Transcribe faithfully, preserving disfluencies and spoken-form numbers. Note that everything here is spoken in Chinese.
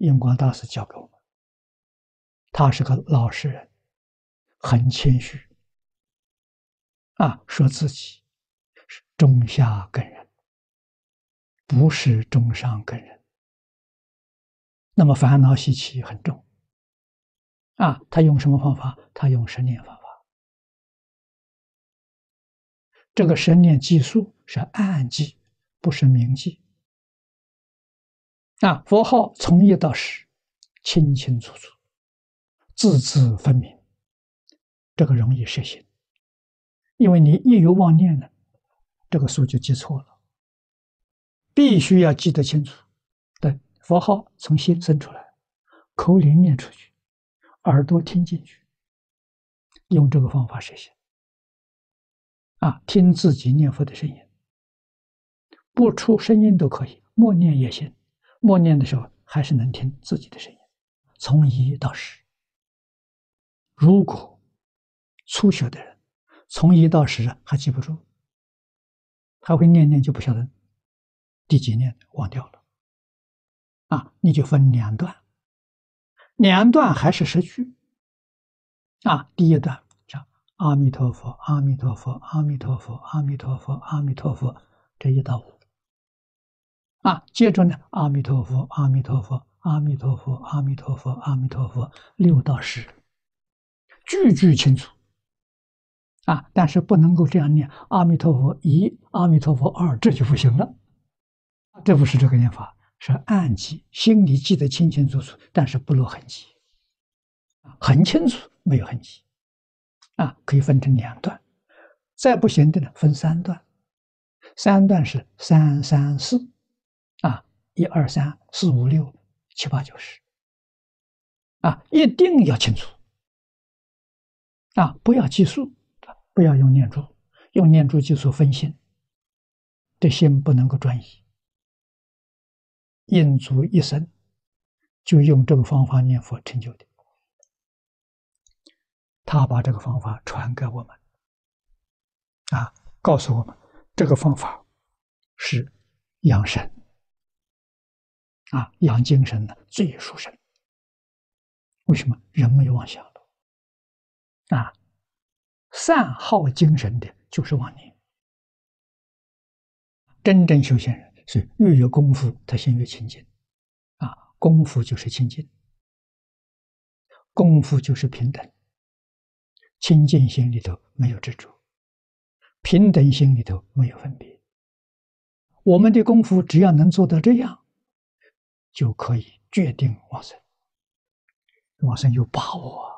印光大师教给我们，他是个老实人，很谦虚啊，说自己是中下根人，不是中上根人。那么烦恼习气很重啊，他用什么方法？他用十念方法。这个十念计数是暗记，不是明记啊。佛号从一到十，清清楚楚，字字分明，这个容易实行。因为你一有妄念呢，这个数就记错了，必须要记得清楚。对，佛号从心生出来，口里念出去，耳朵听进去，用这个方法实行啊，听自己念佛的声音，不出声音都可以，默念也行。默念的时候还是能听自己的声音，从一到十。如果初学的人从一到十还记不住，他会念念就不晓得第几念忘掉了啊，你就分两段，两段还是十句啊。第一段讲阿弥陀佛，阿弥陀佛，阿弥陀佛，阿弥陀佛，阿弥陀佛，这一到五啊。接着呢，阿弥陀佛，阿弥陀佛，阿弥陀佛，阿弥陀佛，阿弥陀佛，六到十，句句清楚啊。但是不能够这样念阿弥陀佛一，阿弥陀佛二，这就不行了。这不是这个念法，是暗记，心里记得清清楚楚，但是不落痕迹，很清楚，没有痕迹啊。可以分成两段，再不行的呢，分三段。三段是三三四啊，一二三四五六七八九十啊，一定要清楚啊，不要计数，不要用念珠，用念珠计数分心，这心不能够专一。印足一生就用这个方法念佛成就的，他把这个方法传给我们啊，告诉我们这个方法是养神啊，养精神的最殊胜。为什么？人没有妄想了啊，散耗精神的就是妄念。真正修行人是越有功夫，他心越清净啊。功夫就是清净，功夫就是平等。清净心里头没有执着，平等心里头没有分别。我们的功夫只要能做到这样，就可以决定往生。往生有把握。